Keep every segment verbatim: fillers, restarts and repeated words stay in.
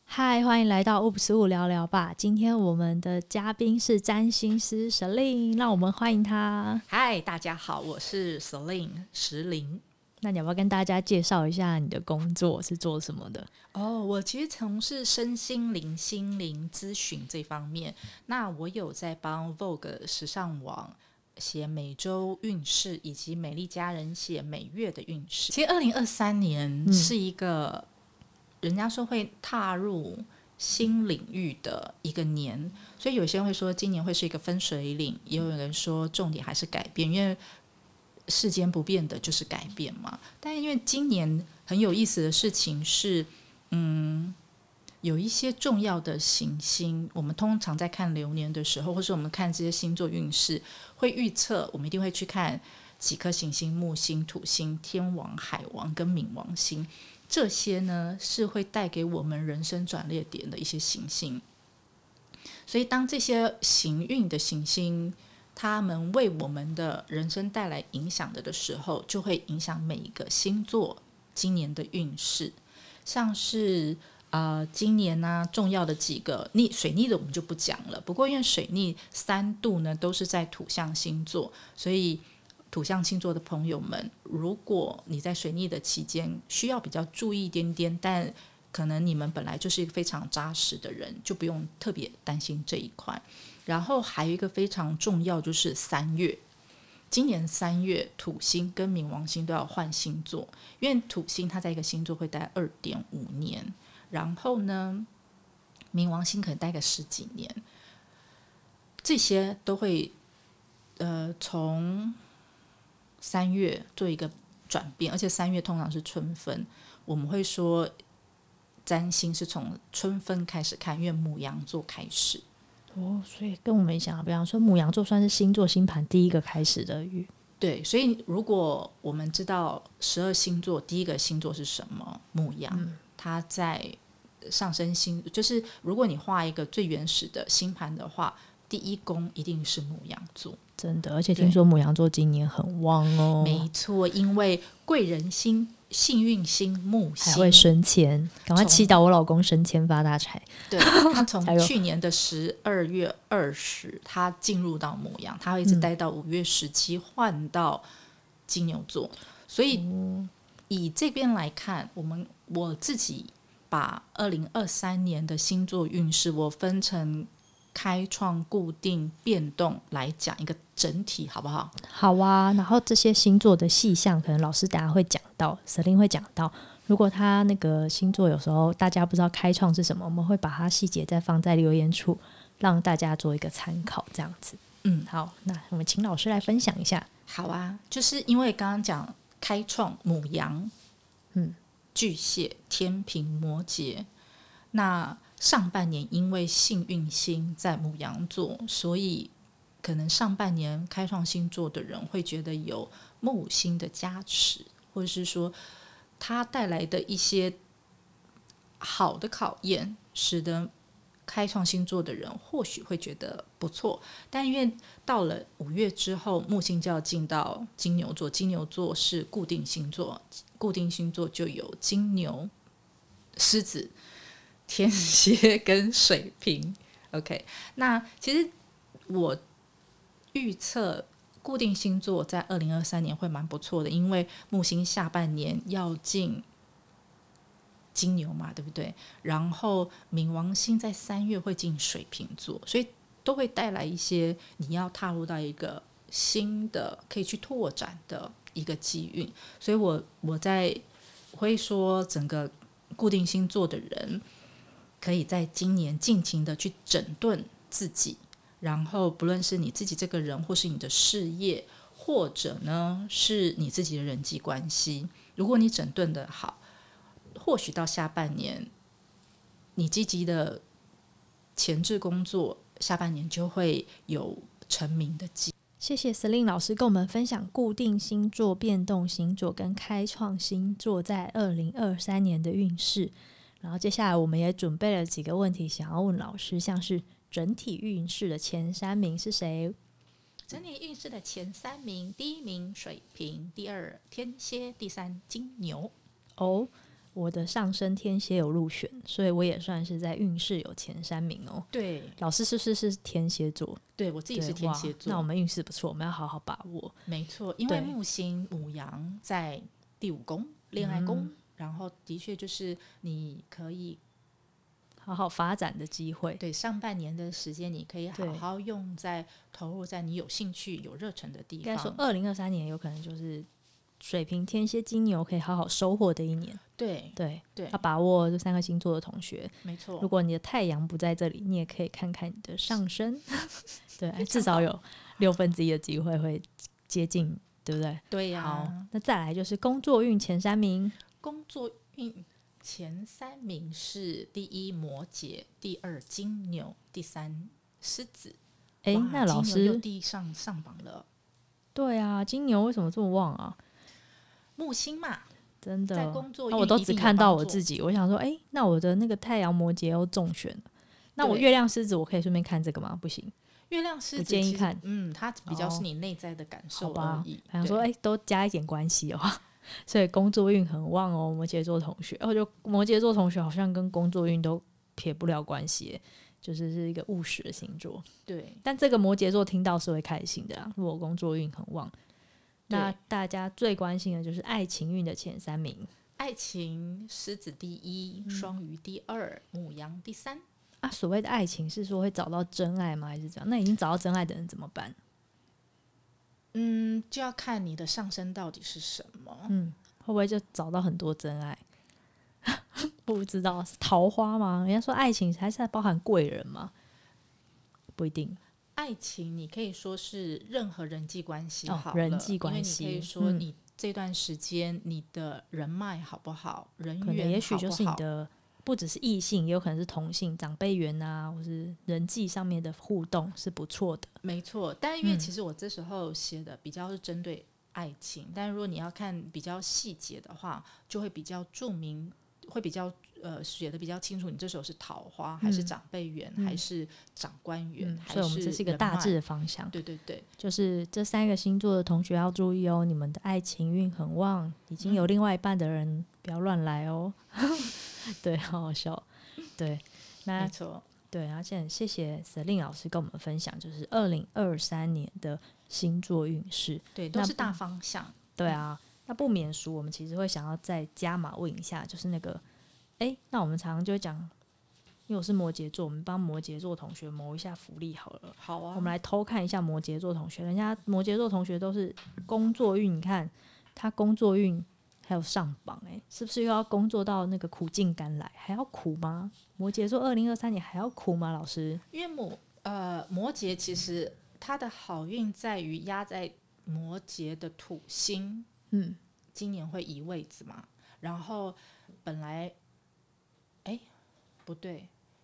嗨，欢迎来到五十五聊聊吧。今天我们的嘉宾是占星师 Celine， 让我们欢迎他。 嗨，大家好，我是 Celine 石林。 那你要不要跟大家介绍一下你的工作是做什么的？ 哦，我其实从事身心灵、心灵咨询这方面。那我有在帮 Vogue 时尚网写每周运势，以及美丽佳人写每月的运势。其实二零二三年是一个、嗯、人家说会踏入新领域的一个年，所以有些人会说今年会是一个分水岭，也有人说重点还是改变，因为世间不变的就是改变嘛。但因为今年很有意思的事情是，嗯，有一些重要的行星，我们通常在看流年的时候，或是我们看这些星座运势，会预测，我们一定会去看几颗行星：木星、土星、天王、海王跟冥王星。这些呢是会带给我们人生转捩点的一些行星。所以当这些行运的行星他们为我们的人生带来影响的的时候，就会影响每一个星座今年的运势。像是呃，今年呢、啊、重要的几个逆水逆的我们就不讲了，不过因为水逆三度呢都是在土象星座，所以土象星座的朋友们，如果你在水逆的期间需要比较注意一点点，但可能你们本来就是一个非常扎实的人，就不用特别担心这一块。然后还有一个非常重要，就是三月，今年三月土星跟冥王星都要换星座，因为土星它在一个星座会待二点五年，然后呢冥王星可能待个十几年，这些都会呃从三月做一个转变，而且三月通常是春分，我们会说占星是从春分开始看，因为牡羊座开始。 哦，所以跟我们想，比方说牡羊座算是星座星盘第一个开始的月。 对，所以如果我们知道十二星座第一个星座是什么，牡羊、嗯、它在上升星，就是如果你画一个最原始的星盘的话，第一宫一定是牡羊座。 真的，而且听说牡羊座今年很旺哦。 没错，因为贵人星、幸运星木星还会升迁，赶快祈祷我老公升迁发大财。 对，他从去年的十二月二十，他进入到牡羊，他会一直待到五月十七，换到金牛座。所以以这边来看，我们我自己把二零二三年的星座运势，我分成开创、固定、变动来讲一个整体，好不好？ 好啊。然后这些星座的细项，可能老师等下会讲到 Celine 会讲到。如果他那个星座有时候大家不知道开创是什么，我们会把它细节再放在留言处，让大家做一个参考，这样子。 嗯， 好，那我们请老师来分享一下。 好啊，就是因为刚刚讲开创牡羊、嗯、巨蟹、天秤、摩羯，那上半年因为幸运星在牡羊座，所以可能上半年开创星座的人会觉得有木星的加持，或者是说它带来的一些好的考验，使得开创星座的人或许会觉得不错。但因为到了五月之后，木星就要进到金牛座，金牛座是固定星座，固定星座就有金牛、狮子、天蝎跟水瓶。 OK， 那其实我预测固定星座在二零二三年会蛮不错的，因为木星下半年要进金牛嘛，对不对？然后冥王星在三月会进水瓶座，所以都会带来一些你要踏入到一个新的可以去拓展的一个机运。所以我我在我会说整个固定星座的人可以在今年尽情的去整顿自己，然后不论是你自己这个人，或是你的事业，或者呢是你自己的人际关系，如果你整顿的好，或许到下半年你积极的前置工作，下半年就会有成名的机会。 谢谢 Celine 老师跟我们分享固定星座、变动星座跟开创星座在二零二三年的运势。然后接下来我们也准备了几个问题想要问老师，像是整体运势的前三名是谁？ 整体运势的前三名，第一名水瓶，第二天蝎，第三金牛。 哦， 我的上升天蝎有入选，所以我也算是在运势有前三名哦。 对， 老师是不是是天蝎座？ 对我自己是天蝎座， 那我们运势不错，我们要好好把握。 没错，因为木星牡羊在第五宫恋爱宫、嗯，然后的确就是你可以好好发展的机会。 对，上半年的时间你可以好好用在投入在你有兴趣有热忱的地方。 应该说二零二三年有可能就是水瓶天蝎金牛可以好好收获的一年。 对对对， 要把握这三个星座的同学。 没错， 如果你的太阳不在这里，你也可以看看你的上升对，至少有六分之一的机会会接近，对不对？ 对呀、 啊。好，那再来就是工作运前三名。 工作运前三名是第一摩羯，第二金牛，第三狮子。 哎，那老师又第上上榜了。 对啊，金牛为什么这么旺啊？ 木星嘛， 真的。 在工作运、 啊、我都只看到我自己，我想说，哎，那我的那个太阳摩羯又中选了，那我月亮狮子我可以顺便看这个吗？不行， 月亮狮子不建议看。 嗯，它比较是你内在的感受而已。 想说，哎，都加一点关系的话。所以工作运很旺哦，摩羯座同学。我觉得摩羯座同学好像跟工作运都撇不了关系，就是是一个务实的星座。 对， 但这个摩羯座听到是会开心的啦。如果工作运很旺，那大家最关心的就是爱情运的前三名。 爱情，狮子第一，双鱼第二，牡羊第三。 啊，所谓的爱情是说会找到真爱吗？还是这样？那已经找到真爱的人怎么办？ 嗯，就要看你的上升到底是什么。 嗯，会不会就找到很多真爱？不知道是桃花吗？人家说爱情还是包含贵人吗？不一定。 爱情你可以说是任何人际关系好了、 哦、人际关系，因为你可以说你这段时间、嗯、你的人脉好不好，人缘好不好， 可能也许就是你的不只是异性，也有可能是同性长辈缘啊，或是人际上面的互动是不错的。 没错，但因为其实我这时候写的比较是针对爱情、嗯、但如果你要看比较细节的话，就会比较注明，会比较呃写的比较清楚，你这时候是桃花、嗯、还是长辈缘、嗯、还是长官缘、嗯、还是所以我们这是一个大致的方向。 对对对， 就是这三个星座的同学要注意哦，你们的爱情运很旺，已经有另外一半的人、嗯、不要乱来哦对，好好笑。对，那没错。 对，而且谢谢 Celine 老师跟我们分享，就是二零二三年的星座运势。 对，都是大方向。 对啊，那不免俗，我们其实会想要再加码问一下，就是那个，哎，那我们常常就会讲，因为我是摩羯座，我们帮摩羯座同学谋一下福利好了。 好啊， 我们来偷看一下摩羯座同学，人家摩羯座同学都是工作运，你看他工作运还有上榜，哎，是不是又要工作到那个苦尽甘来？还要苦吗？摩羯座二零二三年还要苦吗？老师？ 因为摩呃摩羯其实它的好运在于压在摩羯的土星， 嗯， 今年会移位置嘛，然后本来哎不对，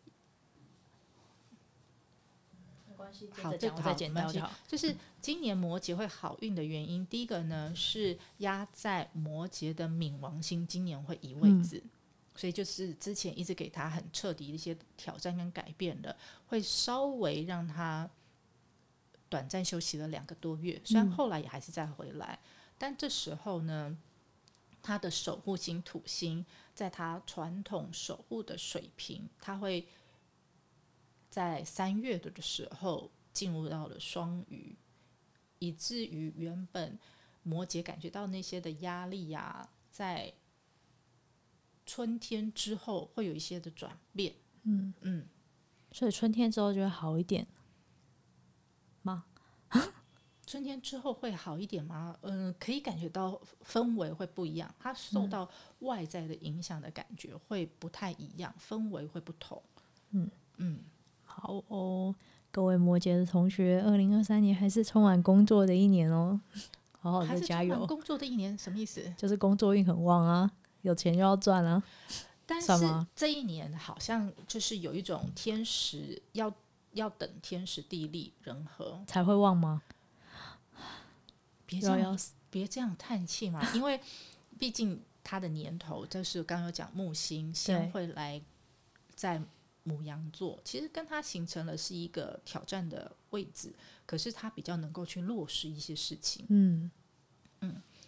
没关系， 好， 再讲，我再剪掉就好。 就是今年摩羯会好运的原因，第一个呢是压在摩羯的冥王星今年会移位置。嗯，所以就是之前一直给他很彻底的一些挑战跟改变的，会稍微让他短暂休息了两个多月，虽然后来也还是再回来、嗯、但这时候呢他的守护星土星在他传统守护的水瓶，他会在三月的时候进入到了双鱼，以至于原本摩羯感觉到那些的压力啊，在春天之后会有一些的转变。 嗯嗯， 所以春天之后就会好一点吗？ 春天之后会好一点吗？嗯、呃，可以感觉到氛围会不一样，它受到外在的影响的感觉会不太一样，氛围会不同。 嗯嗯， 好哦，各位摩羯的同学，二零二三年还是充满工作的一年哦，好好的加油。 还是充满工作的一年什么意思？ 就是工作运很旺啊，有钱就要赚啊。 但是这一年好像就是有一种天时要要等天时地利人和才会旺吗？ 别这样别这样叹气嘛，因为毕竟它的年头就是刚刚有讲木星先会来在牡羊座，其实跟它形成了是一个挑战的位置，可是它比较能够去落实一些事情。 嗯嗯，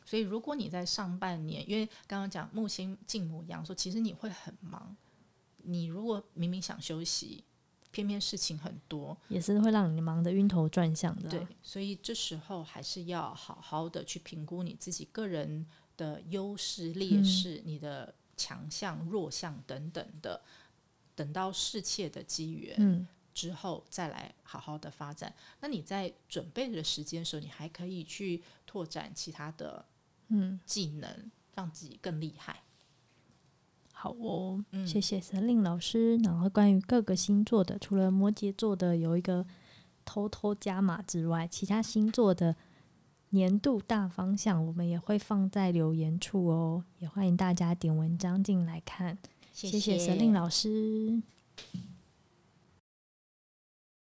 所以如果你在上半年，因为刚刚讲木星进牡羊说其实你会很忙，你如果明明想休息，偏偏事情很多， 也是会让你忙得晕头转向的、啊、 对，所以这时候还是要好好的去评估你自己个人的优势劣势、嗯、你的强项弱项等等的，等到适切的机缘、嗯、之后再来好好的发展。那你在准备的时间的时候，你还可以去拓展其他的技能、嗯、让自己更厉害。 好哦、嗯、谢谢神令老师。然后关于各个星座的，除了摩羯座的有一个偷偷加码之外，其他星座的年度大方向我们也会放在留言处哦，也欢迎大家点文章进来看。 谢谢谢谢神令老师。